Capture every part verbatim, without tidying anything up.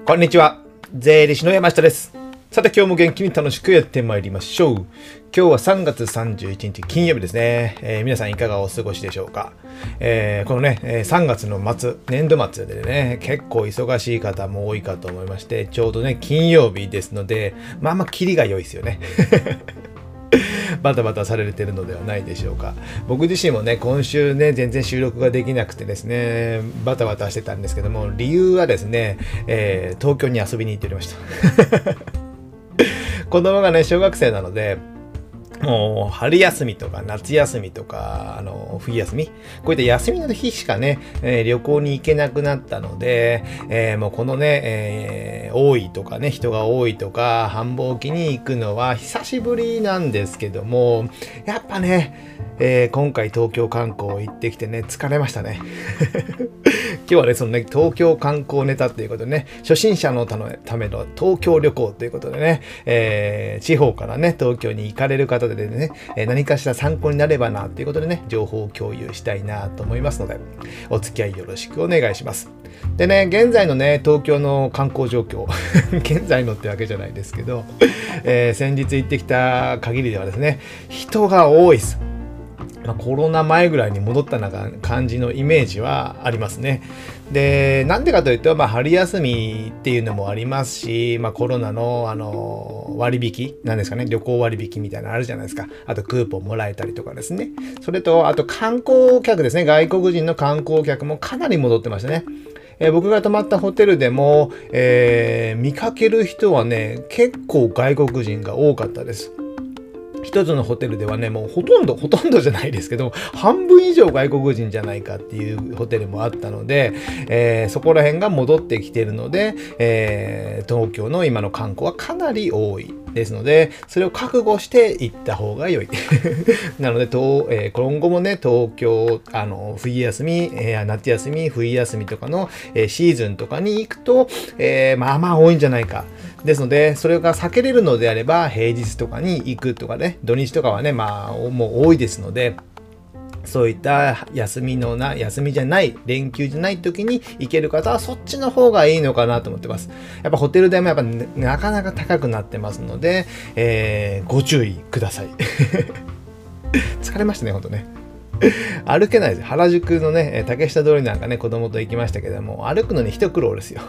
こんにちは。税理士の山下です。さて今日も元気に楽しくやってまいりましょう。今日はさんがつさんじゅういちにち金曜日ですね。えー、皆さんいかがお過ごしでしょうか。えー、このね、さんがつの末、年度末でね、結構忙しい方も多いかと思いまして、ちょうどね、金曜日ですので、まあまあキリが良いですよね。バタバタされてるのではないでしょうか。僕自身もね、今週ね、全然収録ができなくてですね、バタバタしてたんですけども、理由はですね、えー、東京に遊びに行っておりました。子供がね、小学生なので、もう春休みとか夏休みとかあの冬休みこういった休みの日しかね、えー、旅行に行けなくなったので、えー、もうこのね、えー、多いとかね人が多いとか繁忙期に行くのは久しぶりなんですけども、やっぱね、えー、今回東京観光行ってきてね疲れましたね。今日はねそのね東京観光ネタということでね、初心者のための東京旅行ということでね、えー、地方からね東京に行かれる方でね、何かしら参考になればなということでね情報を共有したいなと思いますので、お付き合いよろしくお願いします。でね、現在のね東京の観光状況現在のってわけじゃないですけど、えー、先日行ってきた限りではですね、人が多いです。まあ、コロナ前ぐらいに戻ったな感じのイメージはありますね。で、なんでかというと、まあ、春休みっていうのもありますし、まあ、コロナの、あの割引なんですかね、旅行割引みたいなのあるじゃないですか。あとクーポンもらえたりとかですね。それと、あと観光客ですね。外国人の観光客もかなり戻ってましたね。えー、僕が泊まったホテルでも、えー、見かける人はね、結構外国人が多かったです。一つのホテルではね、もうほとんど、ほとんどじゃないですけど、半分以上外国人じゃないかっていうホテルもあったので、えー、そこら辺が戻ってきているので、えー、東京の今の観光はかなり多いですので、それを覚悟して行った方が良い。なので、とえー、今後もね、東京、あの、冬休み、えー、夏休み、冬休みとかの、えー、シーズンとかに行くと、えー、まあまあ多いんじゃないか。ですので、それが避けれるのであれば、平日とかに行くとかね、土日とかはね、まあ、もう多いですので、そういった休みのな、休みじゃない、連休じゃない時に行ける方はそっちの方がいいのかなと思ってます。やっぱホテル代もやっぱ、ね、なかなか高くなってますので、えー、ご注意ください。疲れましたね、ほんとね。歩けないです。原宿のね、竹下通りなんかね、子供と行きましたけども、歩くのに一苦労ですよ。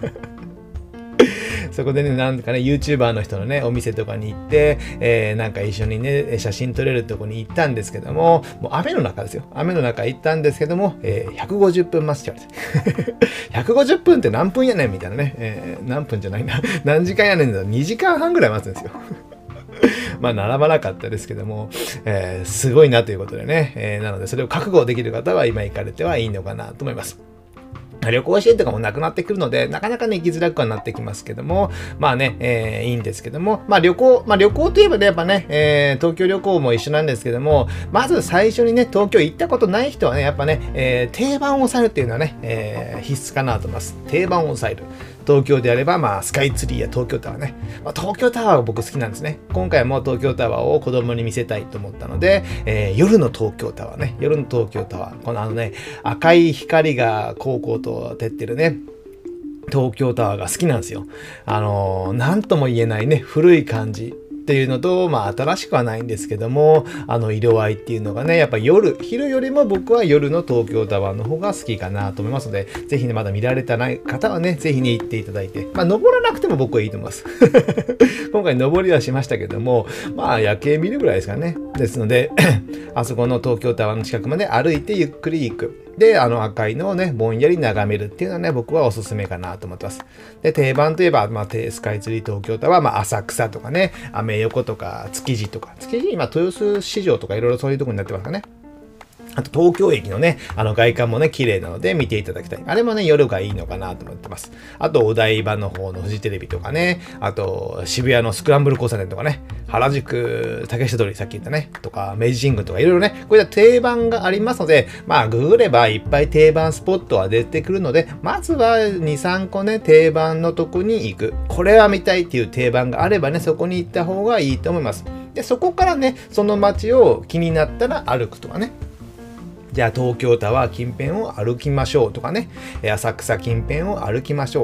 そこでね、なんかね、YouTuber の人のね、お店とかに行って、えー、なんか一緒にね、写真撮れるとこに行ったんですけども、もう雨の中ですよ。雨の中行ったんですけども、えー、ひゃくごじゅっぷん待ちって言われて。ひゃくごじゅっぷんって何分やねんみたいなね。えー、何分じゃないな。何時間やねんだ。にじかんはんぐらい待つんですよ。まあ、並ばなかったですけども、えー、すごいなということでね。えー、なので、それを覚悟できる方は今行かれてはいいのかなと思います。旅行支援とかもなくなってくるので、なかなかね、行きづらくはなってきますけども、まあね、えー、いいんですけども、まあ旅行、まあ旅行といえばね、やっぱね、えー、東京旅行も一緒なんですけども、まず最初にね、東京行ったことない人はね、やっぱね、えー、定番を抑えるっていうのはね、えー、必須かなと思います。定番を抑える。東京であれば、まあ、スカイツリーや東京タワーね。まあ、東京タワーは僕好きなんですね。今回も東京タワーを子供に見せたいと思ったので、えー、夜の東京タワーね。夜の東京タワー。このあのね、赤い光がこうこうと照ってるね。東京タワーが好きなんですよ。あのー、なんとも言えないね、古い感じ。っていうのと、まあ新しくはないんですけども、あの色合いっていうのがね、やっぱ夜、昼よりも僕は夜の東京タワーの方が好きかなと思いますので、ぜひね、まだ見られてない方はね、ぜひね、行っていただいて、まあ登らなくても僕はいいと思います。今回登りはしましたけども、まあ夜景見るぐらいですかね。ですので、あそこの東京タワーの近くまで歩いてゆっくり行く。で、あの赤いのをね、ぼんやり眺めるっていうのはね、僕はおすすめかなと思ってます。で、定番といえば、まあ、スカイツリー東京タワー、まあ、浅草とかね、アメ横とか、築地とか、築地、今、豊洲市場とかいろいろそういうところになってますかね。あと東京駅のね、あの外観もね、綺麗なので見ていただきたい。あれもね、夜がいいのかなと思ってます。あと、お台場の方のフジテレビとかね、あと、渋谷のスクランブル交差点とかね、原宿、竹下通りさっき言ったね、とか、明治神宮とかいろいろね、こういった定番がありますので、まあ、ググればいっぱい定番スポットは出てくるので、まずはに、さんこね、定番のとこに行く。これは見たいっていう定番があればね、そこに行った方がいいと思います。で、そこからね、その街を気になったら歩くとかね。じゃあ東京タワー近辺を歩きましょうとかね、浅草近辺を歩きましょう。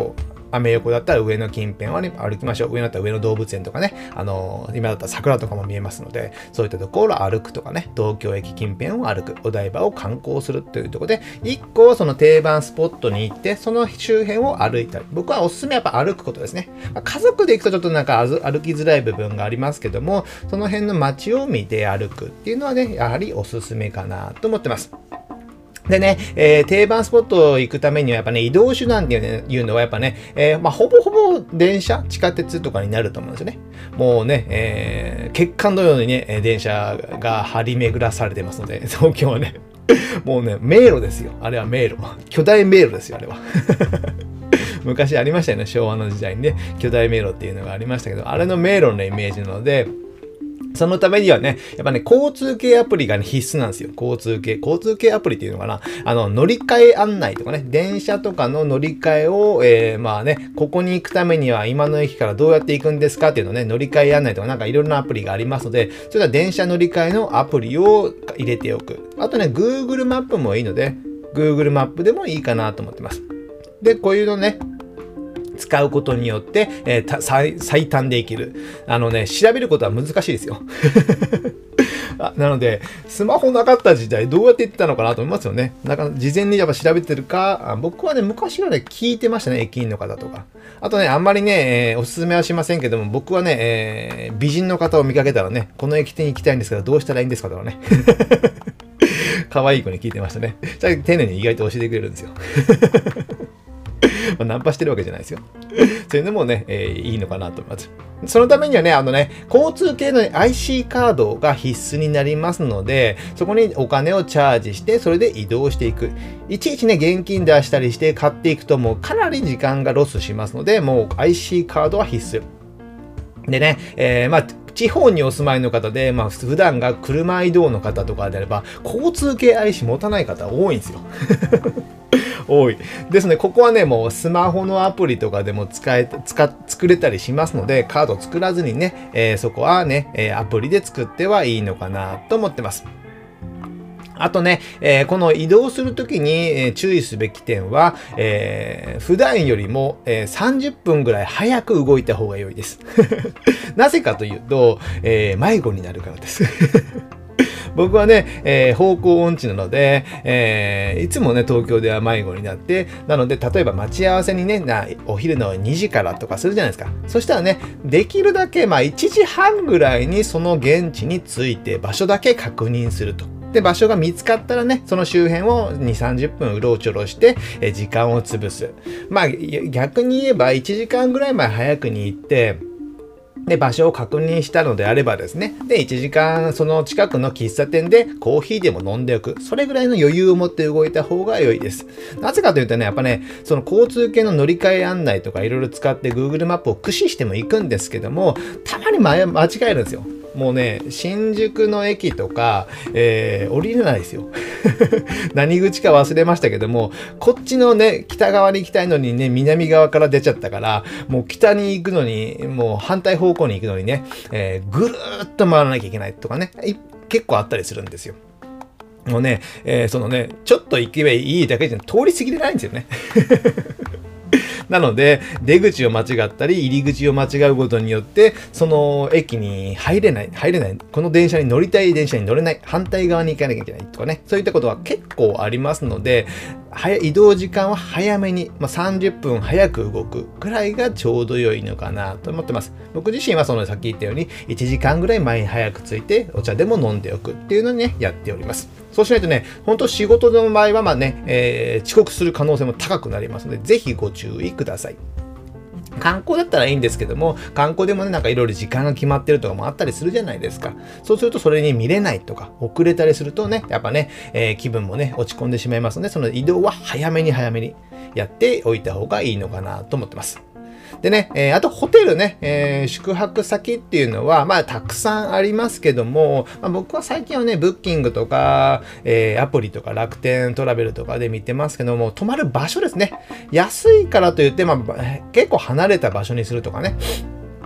アメ横だったら上野近辺はね、歩きましょう。上野だったら上野動物園とかね、あのー、今だったら桜とかも見えますので、そういったところを歩くとかね、東京駅近辺を歩く、お台場を観光するというところで、一個はその定番スポットに行って、その周辺を歩いたり、僕はおすすめはやっぱ歩くことですね。まあ、家族で行くとちょっとなんか歩きづらい部分がありますけども、その辺の街を見て歩くっていうのはね、やはりおすすめかなと思ってます。でね、えー、定番スポット行くためにはやっぱね、移動手段っていう,、ね、いうのはやっぱね、えー、まあ、ほぼほぼ電車、地下鉄とかになると思うんですよね。もうね、えー、血管のようにね、電車が張り巡らされてますので、東京はね、もうね、迷路ですよ。あれは迷路。巨大迷路ですよ、あれは。昔ありましたよね、昭和の時代にね、巨大迷路っていうのがありましたけど、あれの迷路のイメージなので、そのためにはね、やっぱね、交通系アプリが、ね、必須なんですよ。交通系。交通系アプリっていうのかな。あの、乗り換え案内とかね、電車とかの乗り換えを、えー、まあね、ここに行くためには今の駅からどうやって行くんですかっていうのね、乗り換え案内とかなんかいろいろなアプリがありますので、それは電車乗り換えのアプリを入れておく。あとね、Google マップもいいので、Google マップでもいいかなと思ってます。で、こういうのね、使うことによって、えー、最, 最短でいける。あのね、調べることは難しいですよ。あなので、スマホなかった時代どうやって行ってたのかなと思いますよね。なんか事前にやっぱ調べてるか、僕はね、昔はね、聞いてましたね、駅員の方とか。あとね、あんまりね、えー、おすすめはしませんけども、僕はね、えー、美人の方を見かけたらね、この駅店に行きたいんですけど、どうしたらいいんですかとかね。可愛い子に聞いてましたね。丁寧に意外と教えてくれるんですよ。まあ、ナンパしてるわけじゃないですよ。そういうのもね、えー、いいのかなと思います。そのためにはね、あのね、交通系の アイシー カードが必須になりますので、そこにお金をチャージして、それで移動していく。いちいちね、現金出したりして買っていくと、もうかなり時間がロスしますので、もう アイシー カードは必須。でね、えー、まあ、地方にお住まいの方で、まあ、普段が車移動の方とかであれば、交通系 アイシー 持たない方多いんですよ。多い。ですので、ここはね、もうスマホのアプリとかでも使え、使、作れたりしますので、カード作らずにね、えー、そこはね、えー、アプリで作ってはいいのかなと思ってます。あとね、えー、この移動するときに、えー、注意すべき点は、えー、普段よりも、えー、さんじゅっぷんぐらい早く動いた方が良いです。なぜかというと、えー、迷子になるからです。僕はね、えー、方向音痴なので、えー、いつもね、東京では迷子になって、なので、例えば待ち合わせにね、なお昼のにじからとかするじゃないですか。そしたらね、できるだけ、まあ、いちじはんぐらいにその現地に着いて、場所だけ確認すると。で、場所が見つかったらね、その周辺をに、さんじゅっぷんうろちょろして、え時間を潰す。まあ、逆に言えばいちじかんぐらい前早くに行って、で、場所を確認したのであればですね。で、いちじかんその近くの喫茶店でコーヒーでも飲んでおく。それぐらいの余裕を持って動いた方が良いです。なぜかというとね、やっぱね、その交通系の乗り換え案内とかいろいろ使って Google マップを駆使しても行くんですけども、たまに間違えるんですよ。もうね、新宿の駅とか、えー、降りれないですよ。何口か忘れましたけども、こっちのね、北側に行きたいのにね、南側から出ちゃったから、もう北に行くのに、もう反対方向に行くのにね、えー、ぐるーっと回らなきゃいけないとかね、結構あったりするんですよ。もうね、えー、そのね、ちょっと行けばいいだけじゃ通り過ぎれないんですよね。なので、出口を間違ったり、入り口を間違うことによって、その駅に入れない、入れない、この電車に乗りたい電車に乗れない、反対側に行かなきゃいけないとかね、そういったことは結構ありますので、移動時間は早めに、まあ、さんじゅっぷん早く動くくらいがちょうど良いのかなと思ってます。僕自身はそのさっき言ったように、いちじかんぐらい前に早く着いて、お茶でも飲んでおくっていうのにね、やっております。そうしないとね、本当仕事の場合はまあね、えー、遅刻する可能性も高くなりますので、ぜひご注意ください。観光だったらいいんですけども、観光でもね、なんかいろいろ時間が決まってるとかもあったりするじゃないですか。そうするとそれに見れないとか、遅れたりするとね、やっぱね、えー、気分もね、落ち込んでしまいますので、その移動は早めに早めにやっておいた方がいいのかなと思ってます。でね、えー、あとホテルね、えー、宿泊先っていうのは、まあ、たくさんありますけども、まあ、僕は最近はね、ブッキングとか、えー、アプリとか楽天トラベルとかで見てますけども、泊まる場所ですね。安いからといって、まあ、結構離れた場所にするとかね。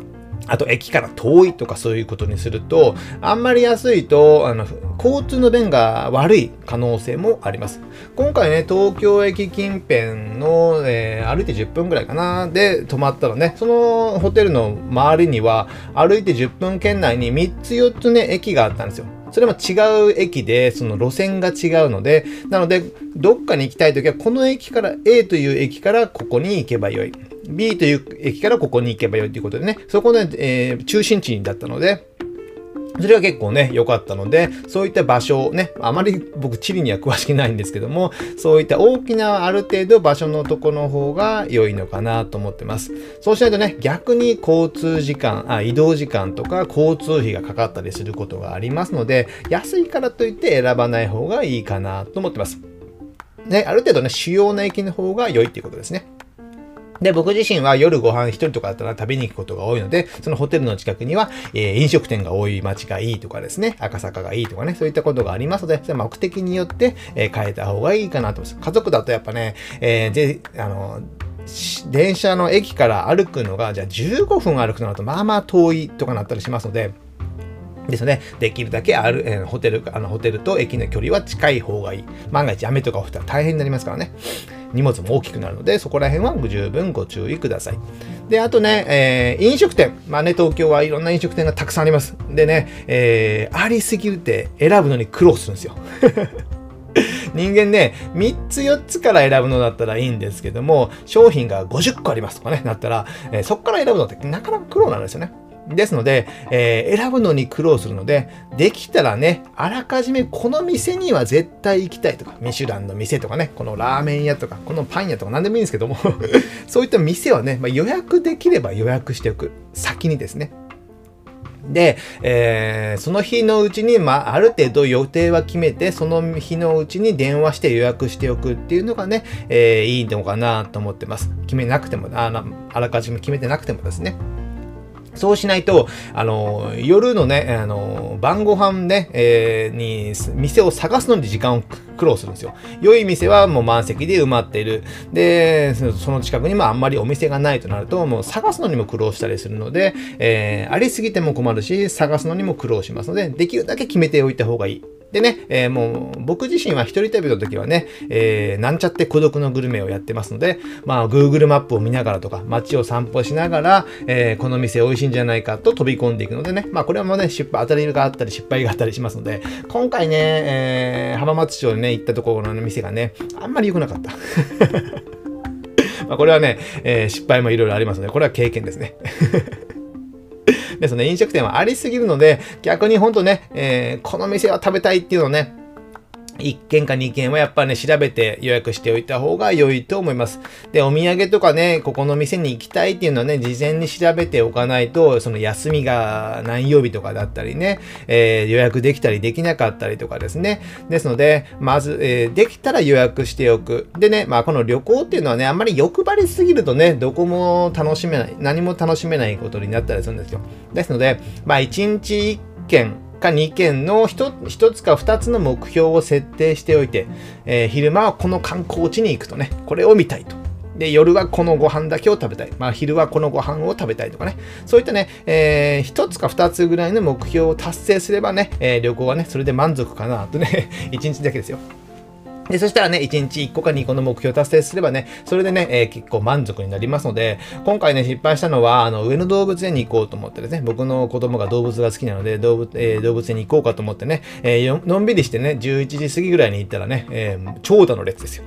あと駅から遠いとかそういうことにすると、あんまり安いと、あの、交通の便が悪い可能性もあります。今回ね、東京駅近辺の、えー、歩いてじゅっぷんぐらいかな、で泊まったらね、そのホテルの周りには、歩いてじゅっぷん圏内にみっつよっつね、駅があったんですよ。それも違う駅で、その路線が違うので、なので、どっかに行きたいときは、この駅から、A という駅からここに行けばよい。B という駅からここに行けばよいということでね、そこで、えー、中心地だったので、それが結構ね、良かったので、そういった場所をね、あまり僕地理には詳しくないんですけども、そういった大きなある程度場所のとこの方が良いのかなと思ってます。そうしないとね、逆に交通時間、あ、移動時間とか交通費がかかったりすることがありますので、安いからといって選ばない方がいいかなと思ってます。ね、ある程度ね、主要な駅の方が良いっていうことですね。で、僕自身は夜ご飯一人とかだったら食べに行くことが多いので、そのホテルの近くには、えー、飲食店が多い街がいいとかですね、赤坂がいいとかね、そういったことがありますので、それは目的によって、えー、変えた方がいいかなと思います。家族だとやっぱね、えー、で、あの、電車の駅から歩くのが、じゃあじゅうごふん歩くのだと、まあまあ遠いとかなったりしますので、ですね。できるだけある、えー、ホテル、あの、ホテルと駅の距離は近い方がいい。万が一雨とか降ったら大変になりますからね。荷物も大きくなるので、そこら辺は十分ご注意ください。で、あとね、えー、飲食店。まあね、東京はいろんな飲食店がたくさんあります。でね、えー、ありすぎるって選ぶのに苦労するんですよ。人間ね、みっつよっつから選ぶのだったらいいんですけども、商品がごじゅっこありますとかね、なったら、えー、そこから選ぶのってなかなか苦労なんですよね。ですので、えー、選ぶのに苦労するので、できたらね、あらかじめこの店には絶対行きたいとか、ミシュランの店とかね、このラーメン屋とか、このパン屋とか何でもいいんですけども、そういった店はね、まあ、予約できれば予約しておく。先にですね。で、えー、その日のうちに、まあ、ある程度予定は決めて、その日のうちに電話して予約しておくっていうのがね、えー、いいのかなと思ってます。決めなくても、あら、あらかじめ決めてなくてもですね。そうしないと、あの、夜のね、あの、晩ご飯ね、えー、に、店を探すのに時間を苦労するんですよ。良い店はもう満席で埋まっている。で、その近くにもあんまりお店がないとなると、もう探すのにも苦労したりするので、えー、ありすぎても困るし、探すのにも苦労しますので、できるだけ決めておいた方がいい。でね、えー、もう僕自身は一人旅の時はね、えー、なんちゃって孤独のグルメをやってますので、まあ Google マップを見ながらとか、街を散歩しながら、えー、この店美味しいんじゃないかと飛び込んでいくのでね、まあこれはもうね、失敗、当たりがあったり失敗があったりしますので、今回ね、えー、浜松町にね、行ったところの店がね、あんまり良くなかった。まあこれはね、えー、失敗もいろいろありますので、これは経験ですね。ですね、飲食店はありすぎるので、逆にほんとね、えー、この店は食べたいっていうのをね、いっけんかにけんはやっぱね、調べて予約しておいた方が良いと思います。で、お土産とかね、ここの店に行きたいっていうのはね、事前に調べておかないと、その休みが何曜日とかだったりね、えー、予約できたりできなかったりとかですね。ですので、まず、えー、できたら予約しておく。でね、まあこの旅行っていうのはね、あんまり欲張りすぎるとね、どこも楽しめない、何も楽しめないことになったりするんですよ。ですので、まあいちにちいっけん、かにけんの 1, つかふたつの目標を設定しておいて、えー、昼間はこの観光地に行くとね、これを見たいと。で、夜はこのご飯だけを食べたい。まあ、昼はこのご飯を食べたいとかね。そういったね、えー、ひとつかふたつぐらいの目標を達成すればね、えー、旅行はね、それで満足かなとね、いちにちだけですよ。で、そしたらね、いちにちいっこかにこの目標を達成すればね、それでね、えー、結構満足になりますので、今回ね、失敗したのは、あの、上野動物園に行こうと思ってですね、僕の子供が動物が好きなので、動物、えー、動物園に行こうかと思ってね、えー、のんびりしてね、じゅういちじ過ぎぐらいに行ったらね、えー、長蛇の列ですよ。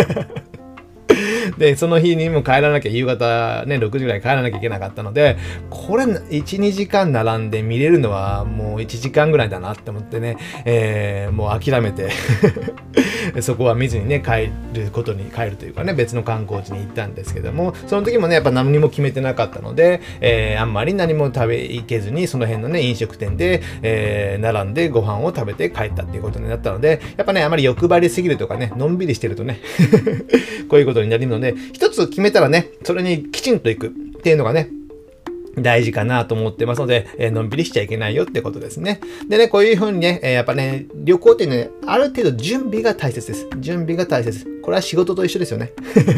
で、その日にも帰らなきゃ、夕方ね、ろくじぐらいに帰らなきゃいけなかったので、これ、いち、にじかん並んで見れるのはもういちじかんぐらいだなって思ってね、えー、もう諦めて、そこは見ずにね、帰ることに、帰るというかね、別の観光地に行ったんですけども、その時もね、やっぱ何も決めてなかったので、えー、あんまり何も食べ行けずに、その辺のね、飲食店で、えー、並んでご飯を食べて帰ったっていうことになったので、やっぱね、あまり欲張りすぎるとかね、のんびりしてるとね、こういうことになるので、一つ決めたらね、それにきちんと行くっていうのがね、大事かなと思ってますので、えー、のんびりしちゃいけないよってことですね。でね、こういうふうにね、えー、やっぱね、旅行っていうのはね、ある程度準備が大切です。準備が大切です。これは仕事と一緒ですよね。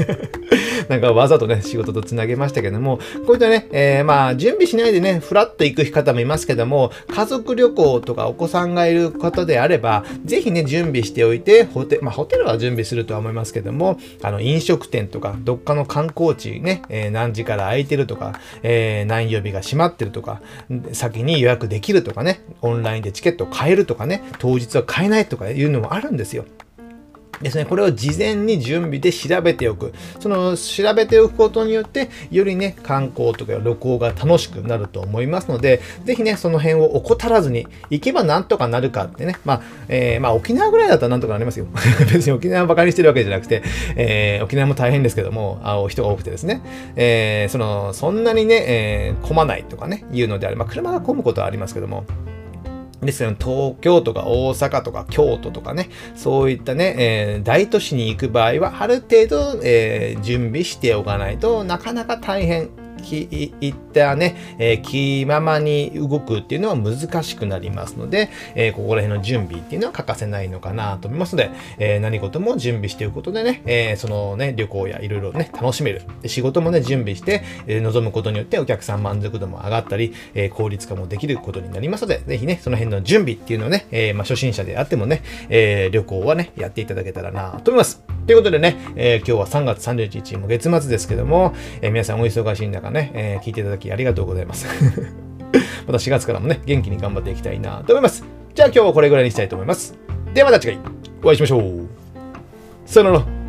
なんかわざとね、仕事とつなげましたけども、こういったね、えー、まあ、準備しないでね、ふらっと行く方もいますけども、家族旅行とかお子さんがいる方であれば、ぜひね、準備しておいて、ホテル、まあ、ホテルは準備するとは思いますけども、あの、飲食店とか、どっかの観光地ね、えー、何時から空いてるとか、えー、何曜日が閉まってるとか、先に予約できるとかね、オンラインでチケットを買えるとかね、当日は買えないとかいうのもあるんですよ。ですね、これを事前に準備で調べておく。その調べておくことによって、よりね、観光とか旅行が楽しくなると思いますので、ぜひね、その辺を怠らずに、行けばなんとかなるかってね、まあ、えー、まあ沖縄ぐらいだったらなんとかなりますよ。別に沖縄ばかりしてるわけじゃなくて、えー、沖縄も大変ですけども、あ人が多くてですね、えー、その、そんなにね、えー、混まないとかね、いうのであれば、車が混むことはありますけども、ですよね、東京とか大阪とか京都とかね、そういったね、えー、大都市に行く場合は、ある程度、えー、準備しておかないとなかなか大変。いったね、えー、気ままに動くっていうのは難しくなりますので、えー、ここら辺の準備っていうのは欠かせないのかなと思いますので、えー、何事も準備しておくことでね、えー、そのね、旅行やいろいろね、楽しめる。仕事もね、準備して、えー、臨むことによってお客さん満足度も上がったり、えー、効率化もできることになりますので、ぜひね、その辺の準備っていうのをね、えー、まあ、初心者であってもね、えー、旅行はね、やっていただけたらなと思います。ということでね、えー、今日はさんがつさんじゅういちにちも月末ですけども、えー、皆さんお忙しい中ね、えー、聞いていただきありがとうございます。またしがつからもね、元気に頑張っていきたいなと思います。じゃあ今日はこれぐらいにしたいと思います。ではまた次回お会いしましょう。さよなら。